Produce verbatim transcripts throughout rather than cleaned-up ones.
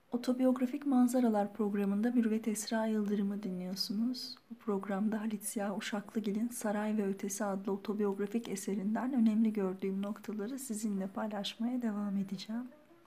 Otobiyografik Manzaralar programında Mürüvvet Esra Yıldırım'ı dinliyorsunuz. Bu programda Halit Ziya Uşaklıgil'in Saray ve Ötesi adlı otobiyografik eserinden önemli gördüğüm noktaları sizinle paylaşmaya devam edeceğim.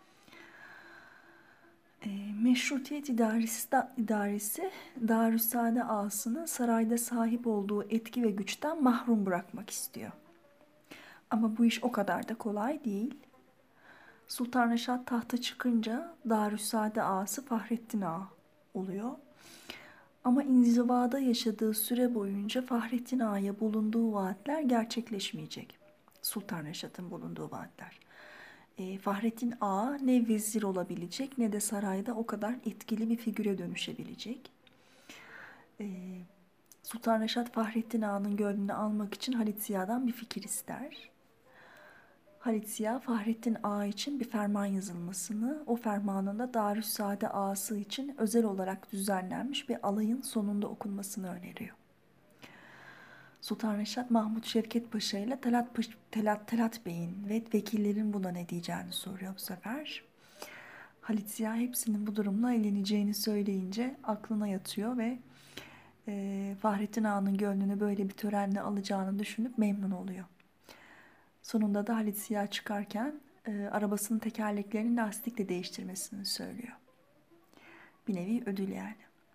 E, Meşrutiyet idaresi, da, idaresi Darüssaade ağasını sarayda sahip olduğu etki ve güçten mahrum bırakmak istiyor. Ama bu iş o kadar da kolay değil. Sultan Reşat tahta çıkınca Darüssaade ağası Fahrettin Ağa oluyor. Ama inzivada yaşadığı süre boyunca Fahrettin Ağa'ya bulunduğu vaatler gerçekleşmeyecek. Sultan Reşat'ın bulunduğu vaatler. E, Fahrettin Ağa ne vezir olabilecek ne de sarayda o kadar etkili bir figüre dönüşebilecek. E, Sultan Reşat Fahrettin Ağa'nın gönlünü almak için Halit Ziya'dan bir fikir ister. Halit Ziya, Fahrettin Ağa için bir ferman yazılmasını, o fermanın da Darüssaade Ağası için özel olarak düzenlenmiş bir alayın sonunda okunmasını öneriyor. Sultan Reşat, Mahmut Şevket Paşa ile Talat, Paş Talat, Talat Bey'in ve vekillerin buna ne diyeceğini soruyor bu sefer. Halit Ziya hepsinin bu durumla eğleneceğini söyleyince aklına yatıyor ve e, Fahrettin Ağa'nın gönlünü böyle bir törenle alacağını düşünüp memnun oluyor. Sonunda da Halit Ziya çıkarken e, arabasının tekerleklerini lastikle değiştirmesini söylüyor. Bir nevi ödül yani.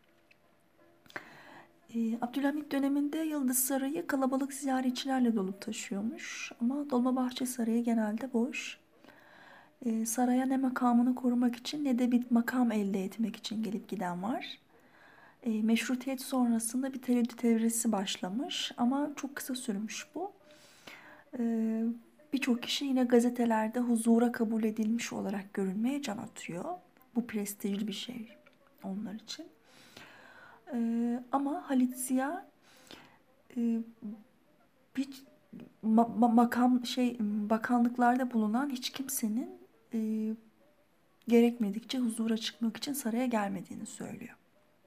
E, Abdülhamit döneminde Yıldız Sarayı kalabalık ziyaretçilerle dolup taşıyormuş. Ama Dolmabahçe Sarayı genelde boş. E, saraya ne makamını korumak için ne de bir makam elde etmek için gelip giden var. E, meşrutiyet sonrasında bir tereddüt evresi başlamış ama çok kısa sürmüş bu. E, Birçok kişi yine gazetelerde huzura kabul edilmiş olarak görünmeye can atıyor. Bu prestijli bir şey onlar için. Ee, ama Halit Ziya e, bir ma- makam şey bakanlıklarda bulunan hiç kimsenin e, gerekmedikçe huzura çıkmak için saraya gelmediğini söylüyor.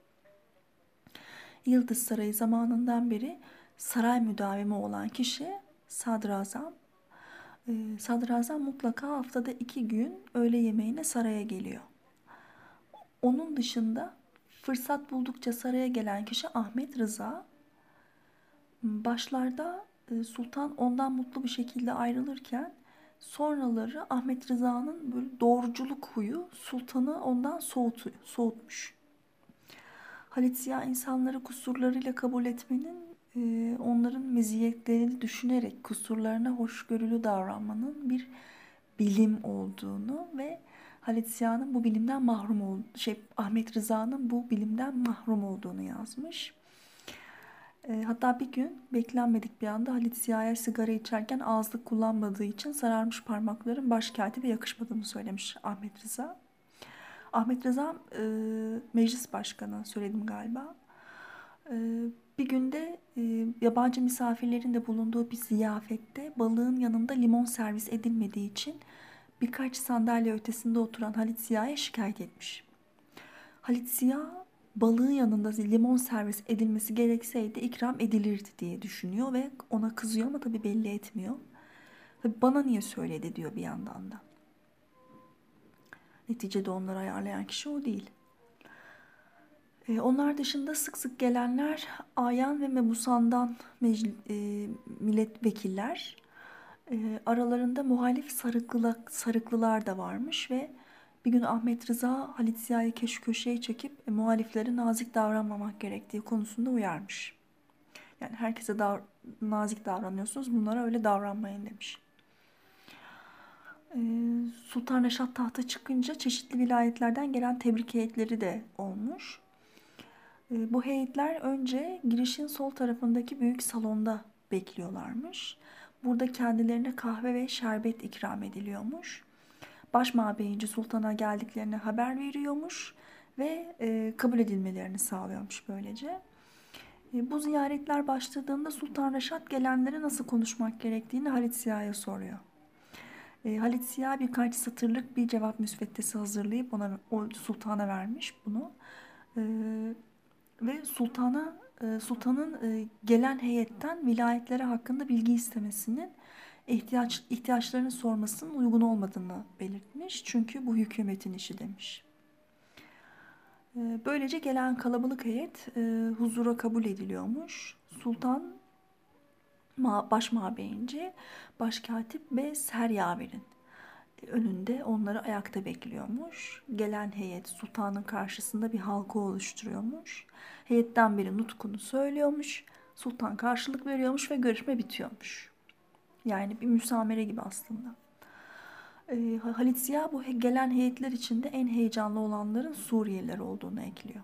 Yıldız Sarayı zamanından beri saray müdavimi olan kişi sadrazam. Ee, sadrazam mutlaka haftada iki gün öğle yemeğine saraya geliyor. Onun dışında fırsat buldukça saraya gelen kişi Ahmet Rıza. Başlarda e, sultan ondan mutlu bir şekilde ayrılırken sonraları Ahmet Rıza'nın böyle doğruculuk huyu sultanı ondan soğutu, soğutmuş. Halit Ziya insanları kusurlarıyla kabul etmenin, e, onların meziyetlerini düşünerek kusurlarına hoşgörülü davranmanın bir bilim olduğunu ve Halit Ziya'nın bu bilimden mahrum ol şey Ahmet Rıza'nın bu bilimden mahrum olduğunu yazmış. E, hatta bir gün beklenmedik bir anda Halit Ziya'ya sigara içerken ağızlık kullanmadığı için sararmış parmakların başkatibe yakışmadığını söylemiş Ahmet Rıza. Ahmet Rıza e, meclis başkanı söyledim galiba. E, Bir günde e, yabancı misafirlerin de bulunduğu bir ziyafette balığın yanında limon servis edilmediği için birkaç sandalye ötesinde oturan Halit Ziya'ya şikayet etmiş. Halit Ziya balığın yanında limon servis edilmesi gerekseydi ikram edilirdi diye düşünüyor ve ona kızıyor ama tabii belli etmiyor. Bana niye söyledi diyor bir yandan da. Neticede onları ayarlayan kişi o değil. E, onlar dışında sık sık gelenler Ayan ve Mebusan'dan mecl- e, milletvekiller. E, aralarında muhalif sarıklılar, sarıklılar da varmış ve bir gün Ahmet Rıza Halit Ziya'yı keş köşeye çekip e, muhaliflere nazik davranmamak gerektiği konusunda uyarmış. Yani herkese dav- nazik davranıyorsunuz, bunlara öyle davranmayın demiş. E, Sultan Reşat tahta çıkınca çeşitli vilayetlerden gelen tebrik heyetleri de olmuş. E, Bu heyetler önce girişin sol tarafındaki büyük salonda bekliyorlarmış. Burada kendilerine kahve ve şerbet ikram ediliyormuş. Başmabeyinci sultana geldiklerini haber veriyormuş ve e, kabul edilmelerini sağlıyormuş böylece. E, bu ziyaretler başladığında Sultan Reşat gelenlere nasıl konuşmak gerektiğini Halit Ziya'ya soruyor. E, Halit Ziya birkaç satırlık bir cevap müsveddesi hazırlayıp ona o sultana vermiş bunu. E, Ve sultana e, sultanın e, gelen heyetten vilayetlere hakkında bilgi istemesinin ihtiyaç ihtiyaçlarını sormasının uygun olmadığını belirtmiş. Çünkü bu hükümetin işi demiş. E, böylece gelen kalabalık heyet e, huzura kabul ediliyormuş. Sultan ma başmabeyinci, başkatip ve seryaverin önünde onları ayakta bekliyormuş. Gelen heyet sultanın karşısında bir halka oluşturuyormuş. Heyetten biri nutkunu söylüyormuş. Sultan karşılık veriyormuş ve görüşme bitiyormuş. Yani bir müsamere gibi aslında. Ee, Halit Ziya bu gelen heyetler içinde en heyecanlı olanların Suriyeliler olduğunu ekliyor.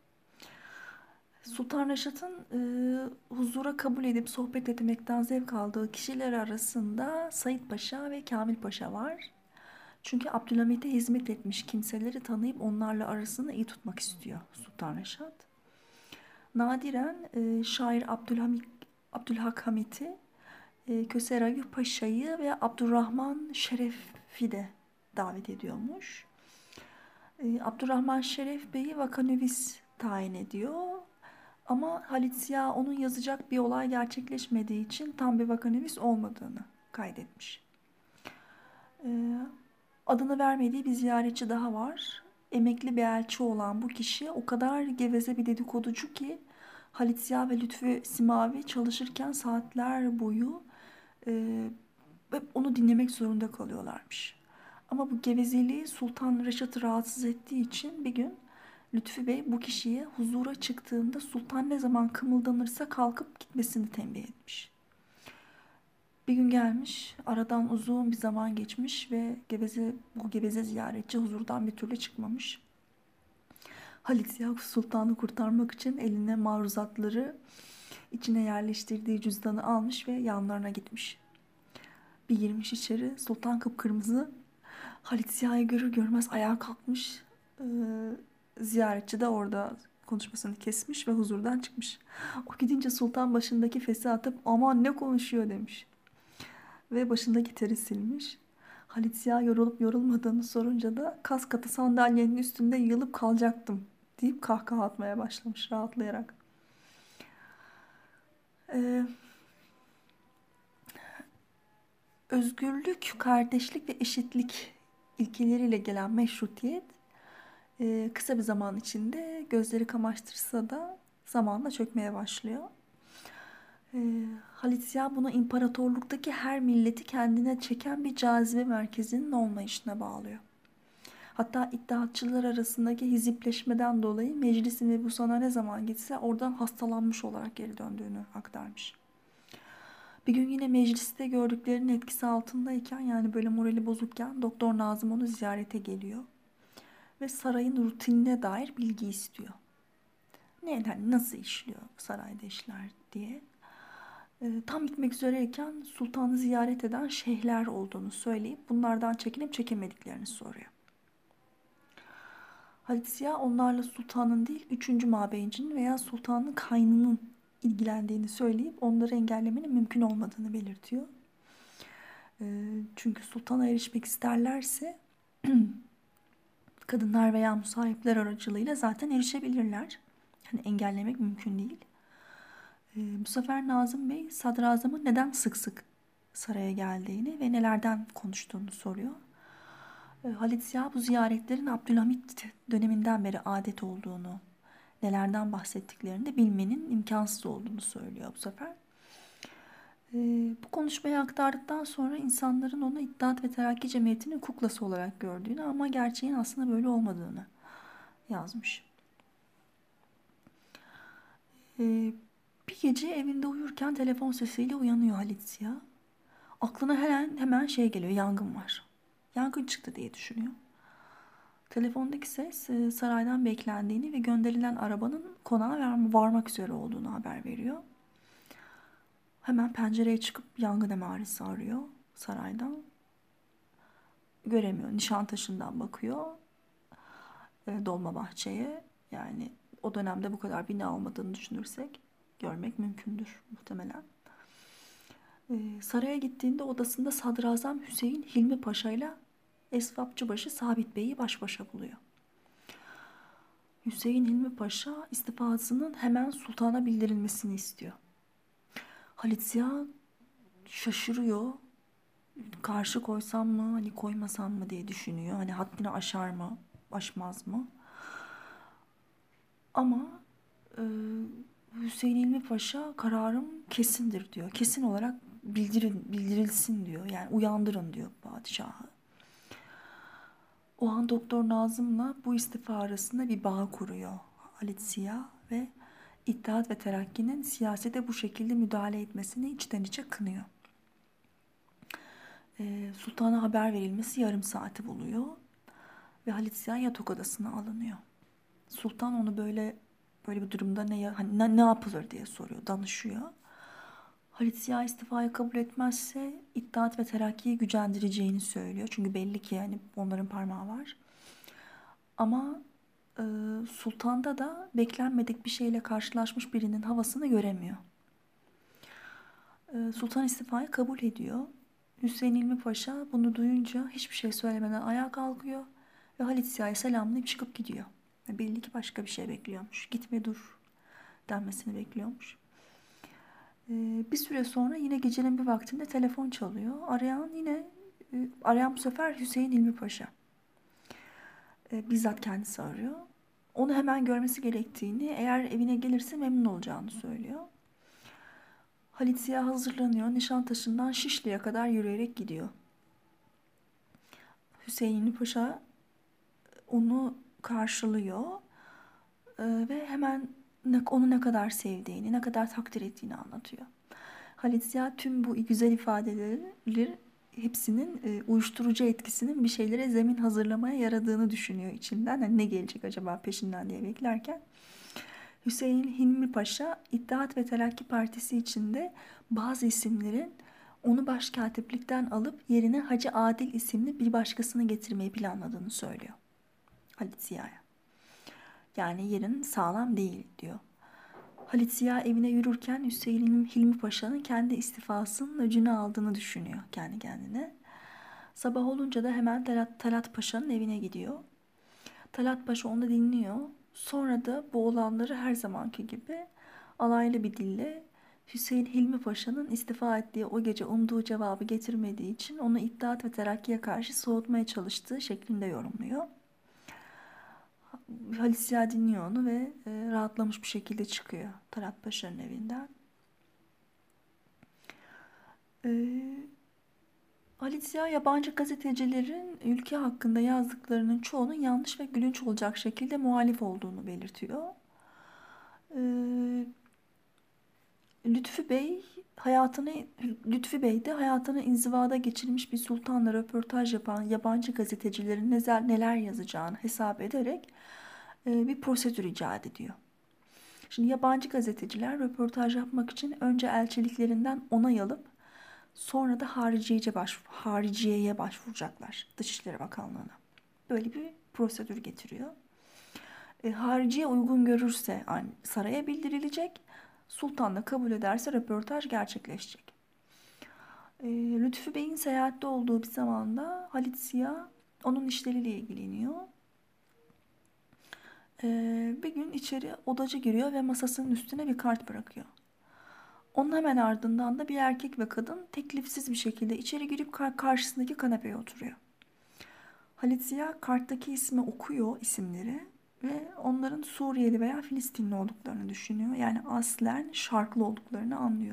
Sultan Reşat'ın e, huzura kabul edip sohbet etmekten zevk aldığı kişiler arasında Said Paşa ve Kamil Paşa var. Çünkü Abdülhamit'e hizmet etmiş kimseleri tanıyıp onlarla arasını iyi tutmak istiyor Sultan Reşat. Nadiren e, şair Abdülhamit, Abdülhak Hamit'i, e, Köser Ayub Paşa'yı ve Abdurrahman Şeref'i de davet ediyormuş. E, Abdurrahman Şeref Bey'i vakanüvis tayin ediyor. Ama Halit Ziya onun yazacak bir olay gerçekleşmediği için tam bir vakanüvis olmadığını kaydetmiş. E, adını vermediği bir ziyaretçi daha var. Emekli bir elçi olan bu kişi o kadar geveze bir dedikoducu ki Halit Ziya ve Lütfü Simavi çalışırken saatler boyu e, onu dinlemek zorunda kalıyorlarmış. Ama bu gevezeliği Sultan Reşat'ı rahatsız ettiği için bir gün Lütfü Bey bu kişiye huzura çıktığında sultan ne zaman kımıldanırsa kalkıp gitmesini tembih etmiş. Bir gün gelmiş, aradan uzun bir zaman geçmiş ve geveze, bu geveze ziyaretçi huzurdan bir türlü çıkmamış. Halit Ziya sultanı kurtarmak için eline maruzatları içine yerleştirdiği cüzdanı almış ve yanlarına gitmiş. Bir girmiş içeri, sultan kıpkırmızı. Halit Ziya'yı görür görmez ayağa kalkmış. Ee, ziyaretçi de orada konuşmasını kesmiş ve huzurdan çıkmış. O gidince sultan başındaki fesi atıp aman ne konuşuyor demiş. Ve başındaki teri silmiş. Halit Ziya yorulup yorulmadığını sorunca da kas katı sandalyenin üstünde yığılıp kalacaktım deyip kahkaha atmaya başlamış rahatlayarak. Ee, özgürlük, kardeşlik ve eşitlik ilkeleriyle gelen meşrutiyet e, kısa bir zaman içinde gözleri kamaştırsa da zamanla çökmeye başlıyor. E, Halit Ziya bunu imparatorluktaki her milleti kendine çeken bir cazibe merkezinin olmayışına bağlıyor. Hatta iddiatçılar arasındaki hizipleşmeden dolayı meclisi mebusana ne zaman gitse oradan hastalanmış olarak geri döndüğünü aktarmış. Bir gün yine mecliste gördüklerinin etkisi altındayken, yani böyle morali bozukken, Doktor Nazım onu ziyarete geliyor ve sarayın rutinine dair bilgi istiyor. Ne, hani nasıl işliyor sarayda işler diye. E, tam gitmek üzereyken sultanı ziyaret eden şeyhler olduğunu söyleyip bunlardan çekinip çekemediklerini soruyor. Halit Ziya onlarla sultanın değil, üçüncü mabeyincinin veya sultanın kaynının ilgilendiğini söyleyip onları engellemenin mümkün olmadığını belirtiyor. E, çünkü sultana erişmek isterlerse kadınlar veya musahipler aracılığıyla zaten erişebilirler. Yani engellemek mümkün değil. E, bu sefer Nazım Bey sadrazamın neden sık sık saraya geldiğini ve nelerden konuştuğunu soruyor. E, Halit Ziya bu ziyaretlerin Abdülhamit döneminden beri adet olduğunu, nelerden bahsettiklerini de bilmenin imkansız olduğunu söylüyor bu sefer. E, bu konuşmayı aktardıktan sonra insanların onu İttihat ve Terakki Cemiyeti'nin kuklası olarak gördüğünü ama gerçeğin aslında böyle olmadığını yazmış. E, bir gece evinde uyurken telefon sesiyle uyanıyor Halit Ziya. Aklına hemen, hemen şey geliyor, yangın var. Yangın çıktı diye düşünüyor. Telefondaki ses e, saraydan beklendiğini ve gönderilen arabanın konağa varmak üzere olduğunu haber veriyor. Hemen pencereye çıkıp yangın emaresi arıyor saraydan. Göremiyor. Nişantaşı'ndan bakıyor. E, Dolmabahçe'ye. Yani o dönemde bu kadar bina olmadığını düşünürsek görmek mümkündür muhtemelen. E, saraya gittiğinde odasında Sadrazam Hüseyin Hilmi Paşa ile Esvapçıbaşı Sabit Bey'i baş başa buluyor. Hüseyin Hilmi Paşa istifasının hemen sultana bildirilmesini istiyor. Halit Ziya şaşırıyor. Karşı koysam mı, hani koymasam mı diye düşünüyor. Hani haddini aşar mı, aşmaz mı? Ama e, Hüseyin Hilmi Paşa kararım kesindir diyor. Kesin olarak bildirin, bildirilsin diyor. Yani uyandırın diyor padişahı. O an Doktor Nazım'la bu istifa arasında bir bağ kuruyor Halit Ziya ve İttihat ve Terakki'nin siyasete bu şekilde müdahale etmesini içten içe kınıyor. E, Sultan'a haber verilmesi yarım saati buluyor ve Halit Ziya yatak odasına alınıyor. Sultan onu böyle böyle bir durumda ne, hani ne, ne yapılır diye soruyor, danışıyor. Halit Ziya istifayı kabul etmezse İttihat ve Terakki'yi gücendireceğini söylüyor. Çünkü belli ki yani onların parmağı var. Ama e, Sultan'da da beklenmedik bir şeyle karşılaşmış birinin havasını göremiyor. E, Sultan istifayı kabul ediyor. Hüseyin Hilmi Paşa bunu duyunca hiçbir şey söylemeden ayağa kalkıyor ve Halit Ziya'ya selamlayıp çıkıp gidiyor. Belli ki başka bir şey bekliyormuş. Gitme dur denmesini bekliyormuş. Ee, bir süre sonra yine gecenin bir vaktinde telefon çalıyor. Arayan yine e, arayan bu sefer Hüseyin Hilmi Paşa. Ee, bizzat kendisi arıyor. Onu hemen görmesi gerektiğini, eğer evine gelirse memnun olacağını söylüyor. Halit Ziya hazırlanıyor. Nişantaşı'ndan Şişli'ye kadar yürüyerek gidiyor. Hüseyin Hilmi Paşa onu karşılıyor ee, ve hemen ne, onu ne kadar sevdiğini, ne kadar takdir ettiğini anlatıyor. Halit Ziya tüm bu güzel ifadeleri hepsinin e, uyuşturucu etkisinin bir şeylere zemin hazırlamaya yaradığını düşünüyor içinden. Yani ne gelecek acaba peşinden diye beklerken. Hüseyin Hilmi Paşa İttihat ve Terakki Partisi içinde bazı isimlerin onu başkatiplikten alıp yerine Hacı Adil isimli bir başkasını getirmeyi planladığını söylüyor Halit Ziya'ya. Yani yerin sağlam değil diyor. Halit Ziya evine yürürken Hüseyin Hilmi Paşa'nın kendi istifasının öcünü aldığını düşünüyor kendi kendine. Sabah olunca da hemen Talat, Talat Paşa'nın evine gidiyor. Talat Paşa onu dinliyor. Sonra da bu olanları her zamanki gibi alaylı bir dille Hüseyin Hilmi Paşa'nın istifa ettiği o gece umduğu cevabı getirmediği için onu İttihat ve Terakki'ye karşı soğutmaya çalıştığı şeklinde yorumluyor. Halit Ziya dinliyor onu ve e, rahatlamış bir şekilde çıkıyor Talat Paşa'nın evinden. E, Halit Ziya yabancı gazetecilerin ülke hakkında yazdıklarının çoğunun yanlış ve gülünç olacak şekilde muhalif olduğunu belirtiyor. E, Lütfü Bey hayatını Lütfü Bey de hayatını inzivada geçirmiş bir sultanla röportaj yapan yabancı gazetecilerin neler, neler yazacağını hesap ederek e, bir prosedür icat ediyor. Şimdi yabancı gazeteciler röportaj yapmak için önce elçiliklerinden onay alıp sonra da hariciyece başvur, hariciyeye başvuracaklar Dışişleri Bakanlığı'na. Böyle bir prosedür getiriyor. E, hariciye uygun görürse saraya bildirilecek. Sultan da kabul ederse röportaj gerçekleşecek. E, Lütfü Bey'in seyahatte olduğu bir zamanda Halit Ziya onun işleriyle ilgileniyor. E, bir gün içeri odacı giriyor ve masasının üstüne bir kart bırakıyor. Onun hemen ardından da bir erkek ve kadın teklifsiz bir şekilde içeri girip karşısındaki kanepeye oturuyor. Halit Ziya karttaki ismi okuyor, isimleri ve onların Suriyeli veya Filistinli olduklarını düşünüyor. Yani aslen Şarklı olduklarını anlıyor.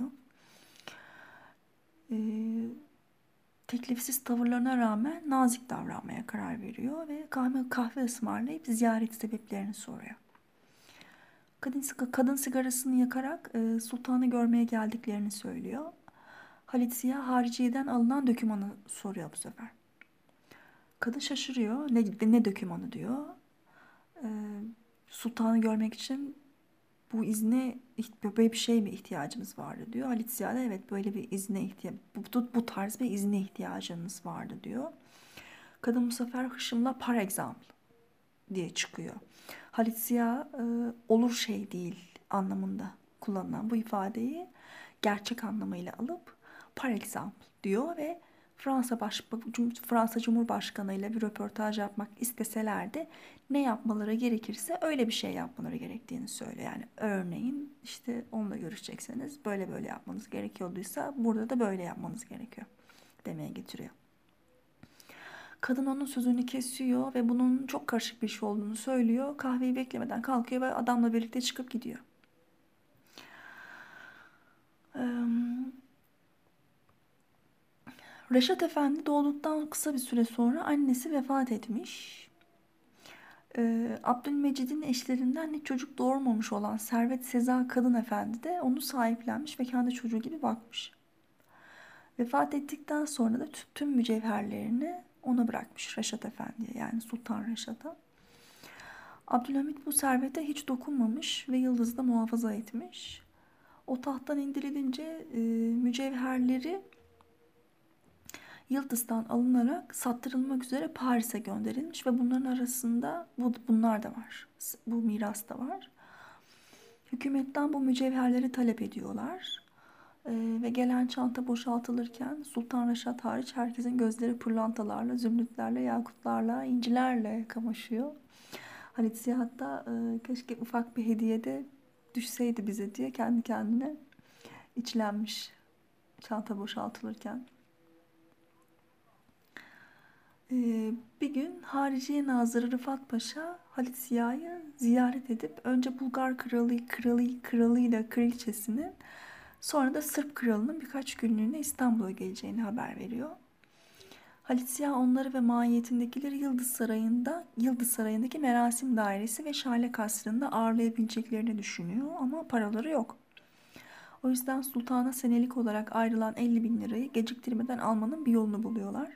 Ee, teklifsiz tavırlarına rağmen nazik davranmaya karar veriyor ve kahve, kahve ısmarlayıp ziyaret sebeplerini soruyor. Kadın, kadın sigarasını yakarak e, sultanı görmeye geldiklerini söylüyor. Halit Ziya hariciyeden alınan dokümanı soruyor bu sefer. Kadın şaşırıyor. Ne, ne dokümanı diyor. E, sultanı görmek için bu izne böyle bir şey mi ihtiyacımız vardı diyor. Halit Ziya da evet böyle bir izne ihtiyaç bu, bu tarz bir izne ihtiyacınız vardı diyor. Kadın bu sefer hışımla par exemple diye çıkıyor. Halit Ziya e, olur şey değil anlamında kullanılan bu ifadeyi gerçek anlamıyla alıp par exemple diyor ve Fransa Baş Fransa Cumhurbaşkanı ile bir röportaj yapmak isteselerdi ne yapmaları gerekirse öyle bir şey yapmaları gerektiğini söylüyor. Yani örneğin işte onunla görüşecekseniz böyle böyle yapmanız gerekiyorduysa burada da böyle yapmanız gerekiyor demeye getiriyor. Kadın onun sözünü kesiyor ve bunun çok karışık bir şey olduğunu söylüyor. Kahveyi beklemeden kalkıyor ve adamla birlikte çıkıp gidiyor. Reşat Efendi doğduktan kısa bir süre sonra annesi vefat etmiş. Ee, Abdülmecid'in eşlerinden hiç çocuk doğurmamış olan Servet Seza Kadın Efendi de onu sahiplenmiş ve kendi çocuğu gibi bakmış. Vefat ettikten sonra da tüm mücevherlerini ona bırakmış Reşat Efendi'ye, yani Sultan Reşat'a. Abdülhamit bu servete hiç dokunmamış ve Yıldız'da muhafaza etmiş. O tahttan indirilince e, mücevherleri Yıldız'dan alınarak sattırılmak üzere Paris'e gönderilmiş ve bunların arasında bu, bunlar da var. Bu miras da var. Hükümetten bu mücevherleri talep ediyorlar. Ee, ve gelen çanta boşaltılırken Sultan Reşat hariç herkesin gözleri pırlantalarla, zümrütlerle, yakutlarla, incilerle kamaşıyor. Halit Ziya hatta e, keşke ufak bir hediye de düşseydi bize diye kendi kendine içlenmiş çanta boşaltılırken. Ee, bir gün Hariciye Nazırı Rıfat Paşa Halit Ziya'yı ziyaret edip önce Bulgar kralı, kralı, kralıyla kraliçesinin, sonra da Sırp kralının birkaç günlüğüne İstanbul'a geleceğini haber veriyor. Halit Ziya onları ve mahiyetindekileri Yıldız Sarayı'nda, Yıldız Sarayı'ndaki merasim dairesi ve Şale Kasrı'nda ağırlayabileceklerini düşünüyor ama paraları yok. O yüzden sultana senelik olarak ayrılan elli bin lirayı geciktirmeden almanın bir yolunu buluyorlar.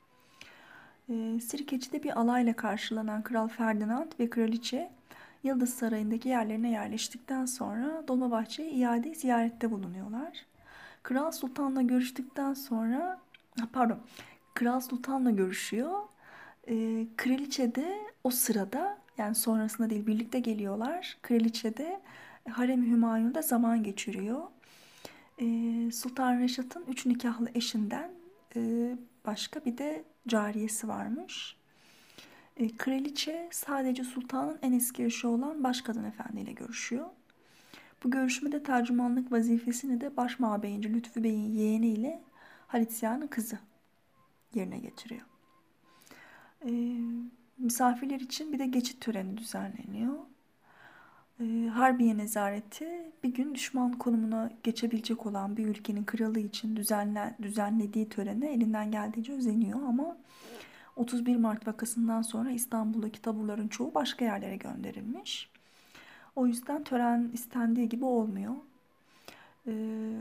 E, Sirkeci'de bir alayla karşılanan Kral Ferdinand ve Kraliçe Yıldız Sarayı'ndaki yerlerine yerleştikten sonra Dolmabahçe'ye iade ziyarette bulunuyorlar. Kral Sultan'la görüştükten sonra, pardon, Kral Sultan'la görüşüyor. E, Kraliçe de o sırada, yani sonrasında değil, birlikte geliyorlar. Kraliçe de Harem-i Hümayun'da zaman geçiriyor. E, Sultan Reşat'ın üç nikahlı eşinden e, başka bir de cariyesi varmış. E, kraliçe sadece sultanın en eski eşi olan Başkadın Efendi ile görüşüyor. Bu görüşmede tercümanlık vazifesini de Başmabeyinci Lütfü Bey'in yeğeniyle Halit Ziya'nın kızı yerine getiriyor. E, misafirler için bir de geçit töreni düzenleniyor. E, Harbiye Nezareti bir gün düşman konumuna geçebilecek olan bir ülkenin kralı için düzenle, düzenlediği törene elinden geldiğince özeniyor ama otuz bir Mart vakasından sonra İstanbul'daki taburların çoğu başka yerlere gönderilmiş. O yüzden tören istendiği gibi olmuyor. Ee,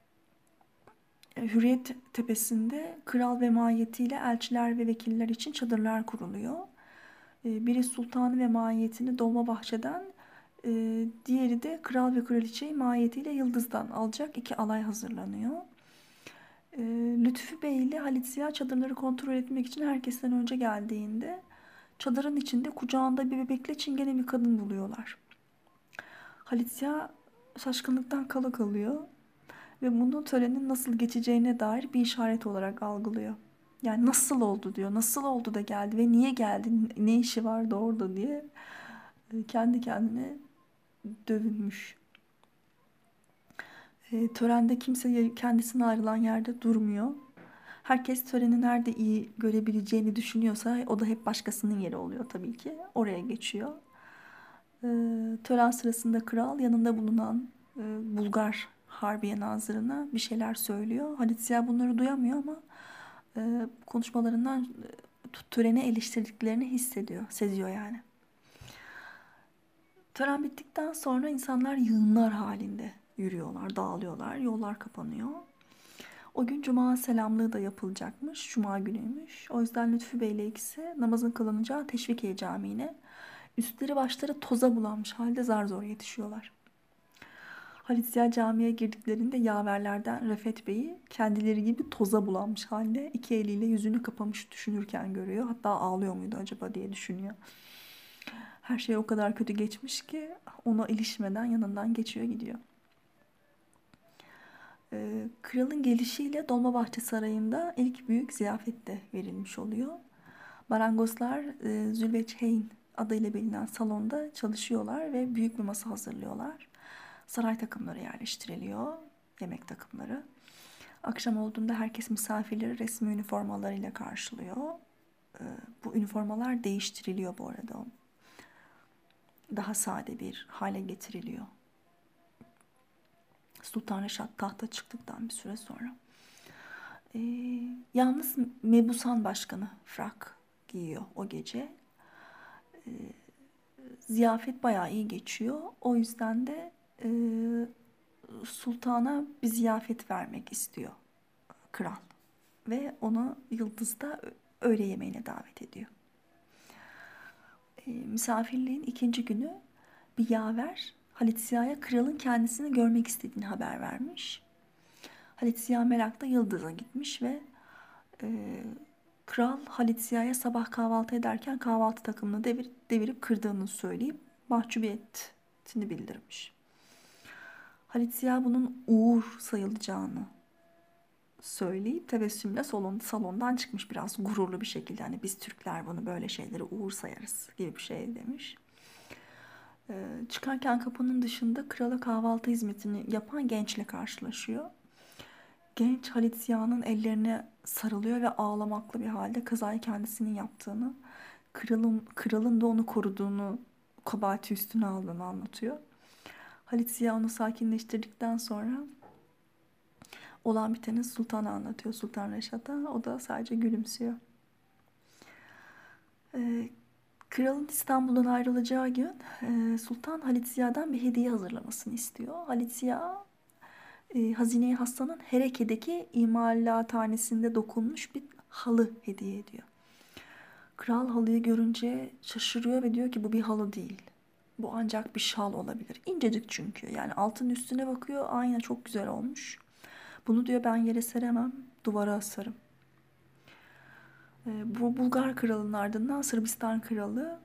Hürriyet Tepesi'nde kral ve mahiyetiyle elçiler ve vekiller için çadırlar kuruluyor. Ee, biri sultanı ve mahiyetini Dolmabahçe'den, e, diğeri de kral ve kraliçeyi mahiyetiyle Yıldız'dan alacak iki alay hazırlanıyor. E, Lütfü Bey ile Halit Ziya çadırları kontrol etmek için herkesten önce geldiğinde çadırın içinde kucağında bir bebekle çingene bir kadın buluyorlar. Halit Ziya şaşkınlıktan kala kalıyor ve bunu törenin nasıl geçeceğine dair bir işaret olarak algılıyor. Yani nasıl oldu diyor, nasıl oldu da geldi ve niye geldi, ne işi vardı orada diye kendi kendine dövünmüş. E, törende kimse kendisine ayrılan yerde durmuyor. Herkes töreni nerede iyi görebileceğini düşünüyorsa o da hep başkasının yeri oluyor tabii ki. Oraya geçiyor. E, tören sırasında kral yanında bulunan e, Bulgar Harbiye Nazırı'na bir şeyler söylüyor. Halit Ziya bunları duyamıyor ama e, konuşmalarından e, töreni eleştirdiklerini hissediyor, seziyor yani. Tören bittikten sonra insanlar yığınlar halinde yürüyorlar, dağılıyorlar, yollar kapanıyor. O gün cuma selamlığı da yapılacakmış, cuma günüymüş. O yüzden Lütfü Bey ile ikisi namazın kılınacağı Teşvikiye Camii'ne üstleri başları toza bulanmış halde zar zor yetişiyorlar. Halit Ziya camiye girdiklerinde yaverlerden Refet Bey'i kendileri gibi toza bulanmış halde iki eliyle yüzünü kapamış düşünürken görüyor. Hatta ağlıyor muydu acaba diye düşünüyor. Her şey o kadar kötü geçmiş ki ona ilişmeden yanından geçiyor gidiyor. Ee, kralın gelişiyle Dolmabahçe Sarayı'nda ilk büyük ziyafet de verilmiş oluyor. Marangozlar e, Zülveçheyn adıyla bilinen salonda çalışıyorlar ve büyük bir masa hazırlıyorlar. Saray takımları yerleştiriliyor, yemek takımları. Akşam olduğunda herkes misafirleri resmi üniformalarıyla karşılıyor. Bu üniformalar değiştiriliyor bu arada. Daha sade bir hale getiriliyor. Sultan Reşat tahta çıktıktan bir süre sonra. Ee, yalnız Mebusan Başkanı frak giyiyor o gece. Ee, ziyafet bayağı iyi geçiyor. O yüzden de e, sultana bir ziyafet vermek istiyor kral. Ve onu Yıldız'da öğle yemeğine davet ediyor. E, misafirliğin ikinci günü bir yaver Halit Ziya'ya kralın kendisini görmek istediğini haber vermiş. Halit Ziya merakla Yıldız'a gitmiş ve e, kral Halit Ziya'ya sabah kahvaltı ederken kahvaltı takımını devir, devirip kırdığını söyleyip mahcubiyetini bildirmiş. Halit Ziya bunun uğur sayılacağını söyleyip tebessümle salon, salondan çıkmış biraz gururlu bir şekilde. Hani biz Türkler bunu böyle şeyleri uğur sayarız gibi bir şey demiş. Ee, çıkarken kapının dışında krala kahvaltı hizmetini yapan gençle karşılaşıyor. Genç Halit Ziya'nın ellerine sarılıyor ve ağlamaklı bir halde kazayı kendisinin yaptığını, kralın, kralın da onu koruduğunu, kabahati üstüne aldığını anlatıyor. Halit Ziya onu sakinleştirdikten sonra olan biteni sultana anlatıyor, Sultan Reşat'a. O da sadece gülümsüyor. Ee, kralın İstanbul'dan ayrılacağı gün e, Sultan Halit Ziya'dan bir hediye hazırlamasını istiyor. Halit Ziya e, Hazine-i Hassa'nın Hereke'deki imalathanesinde dokunmuş bir halı hediye ediyor. Kral halıyı görünce şaşırıyor ve diyor ki bu bir halı değil. Bu ancak bir şal olabilir. İncecik çünkü. Yani altın üstüne bakıyor. Aynen çok güzel olmuş. Bunu diyor ben yere seremem. Duvara asarım. E, bu Bulgar kralının ardından Sırbistan kralı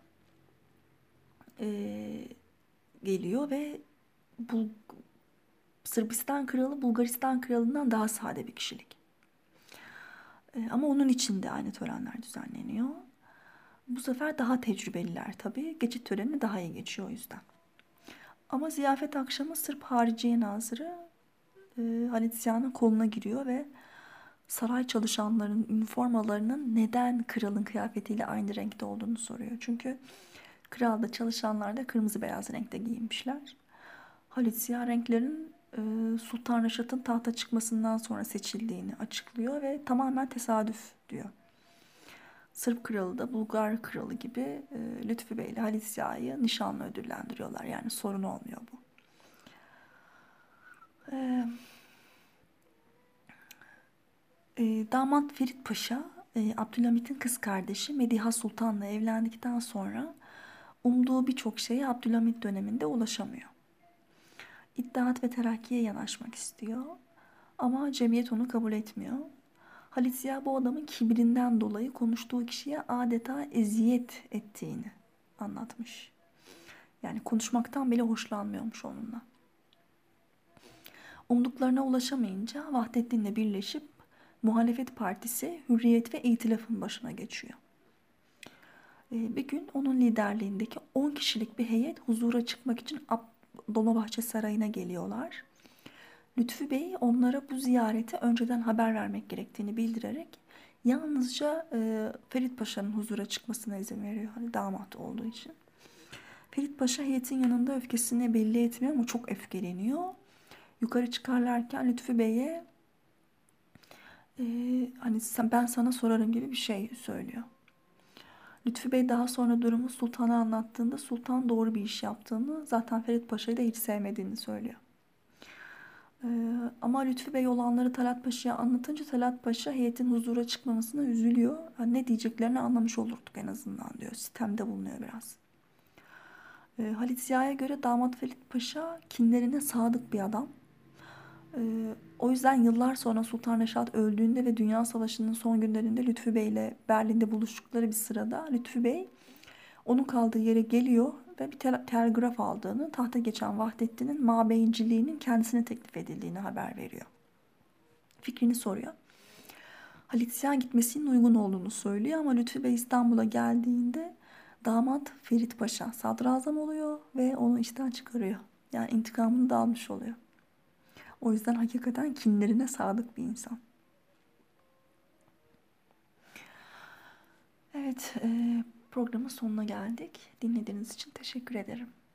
e, geliyor ve Bul Sırbistan kralı Bulgaristan kralından daha sade bir kişilik. E, ama onun için de aynı törenler düzenleniyor. Bu sefer daha tecrübeliler tabii. Geçit töreni daha iyi geçiyor o yüzden. Ama ziyafet akşamı Sırp Hariciye Nazırı e, Halit Ziya'nın koluna giriyor ve saray çalışanlarının üniformalarının neden kralın kıyafetiyle aynı renkte olduğunu soruyor. Çünkü kralda çalışanlar da kırmızı beyaz renkte giyinmişler. Halit Ziya renklerin e, Sultan Reşat'ın tahta çıkmasından sonra seçildiğini açıklıyor ve tamamen tesadüf diyor. Sırp kralı da Bulgar kralı gibi e, Lütfü Bey ile Halit Ziya'yı nişanla ödüllendiriyorlar. Yani sorun olmuyor bu. E, e, damat Ferit Paşa, e, Abdülhamit'in kız kardeşi Mediha Sultan'la evlendikten sonra umduğu birçok şeye Abdülhamit döneminde ulaşamıyor. İttihat ve Terakki'ye yanaşmak istiyor. Ama cemiyet onu kabul etmiyor. Halit Ziya bu adamın kibrinden dolayı konuştuğu kişiye adeta eziyet ettiğini anlatmış. Yani konuşmaktan bile hoşlanmıyormuş onunla. Umduklarına ulaşamayınca Vahdettin'le birleşip muhalefet partisi Hürriyet ve İtilaf'ın başına geçiyor. Bir gün onun liderliğindeki on kişilik bir heyet huzura çıkmak için Dolmabahçe Sarayı'na geliyorlar. Lütfü Bey onlara bu ziyarete önceden haber vermek gerektiğini bildirerek yalnızca e, Ferit Paşa'nın huzura çıkmasına izin veriyor. Hani damat olduğu için. Ferit Paşa heyetin yanında öfkesini belli etmiyor ama çok öfkeleniyor. Yukarı çıkarlarken Lütfü Bey'e e, hani sen, ben sana sorarım gibi bir şey söylüyor. Lütfü Bey daha sonra durumu sultana anlattığında sultan doğru bir iş yaptığını, zaten Ferit Paşa'yı da hiç sevmediğini söylüyor. Ee, ama Lütfü Bey olanları Talat Paşa'ya anlatınca Talat Paşa heyetin huzura çıkmamasına üzülüyor. Yani ne diyeceklerini anlamış olurduk en azından diyor. Sitemde bulunuyor biraz. Ee, Halit Ziya'ya göre damat Ferit Paşa kinlerine sadık bir adam. Ee, o yüzden yıllar sonra Sultan Reşat öldüğünde ve Dünya Savaşı'nın son günlerinde Lütfü Bey ile Berlin'de buluştukları bir sırada Lütfü Bey onun kaldığı yere geliyor ve bir tel- telgraf aldığını, tahta geçen Vahdettin'in mabeyinciliğinin kendisine teklif edildiğini haber veriyor. Fikrini soruyor. Halit Ziya gitmesinin uygun olduğunu söylüyor ama Lütfü Bey İstanbul'a geldiğinde damat Ferit Paşa sadrazam oluyor ve onu işten çıkarıyor. Yani intikamını da almış oluyor. O yüzden hakikaten kinlerine sadık bir insan. Evet, e, programın sonuna geldik. Dinlediğiniz için teşekkür ederim.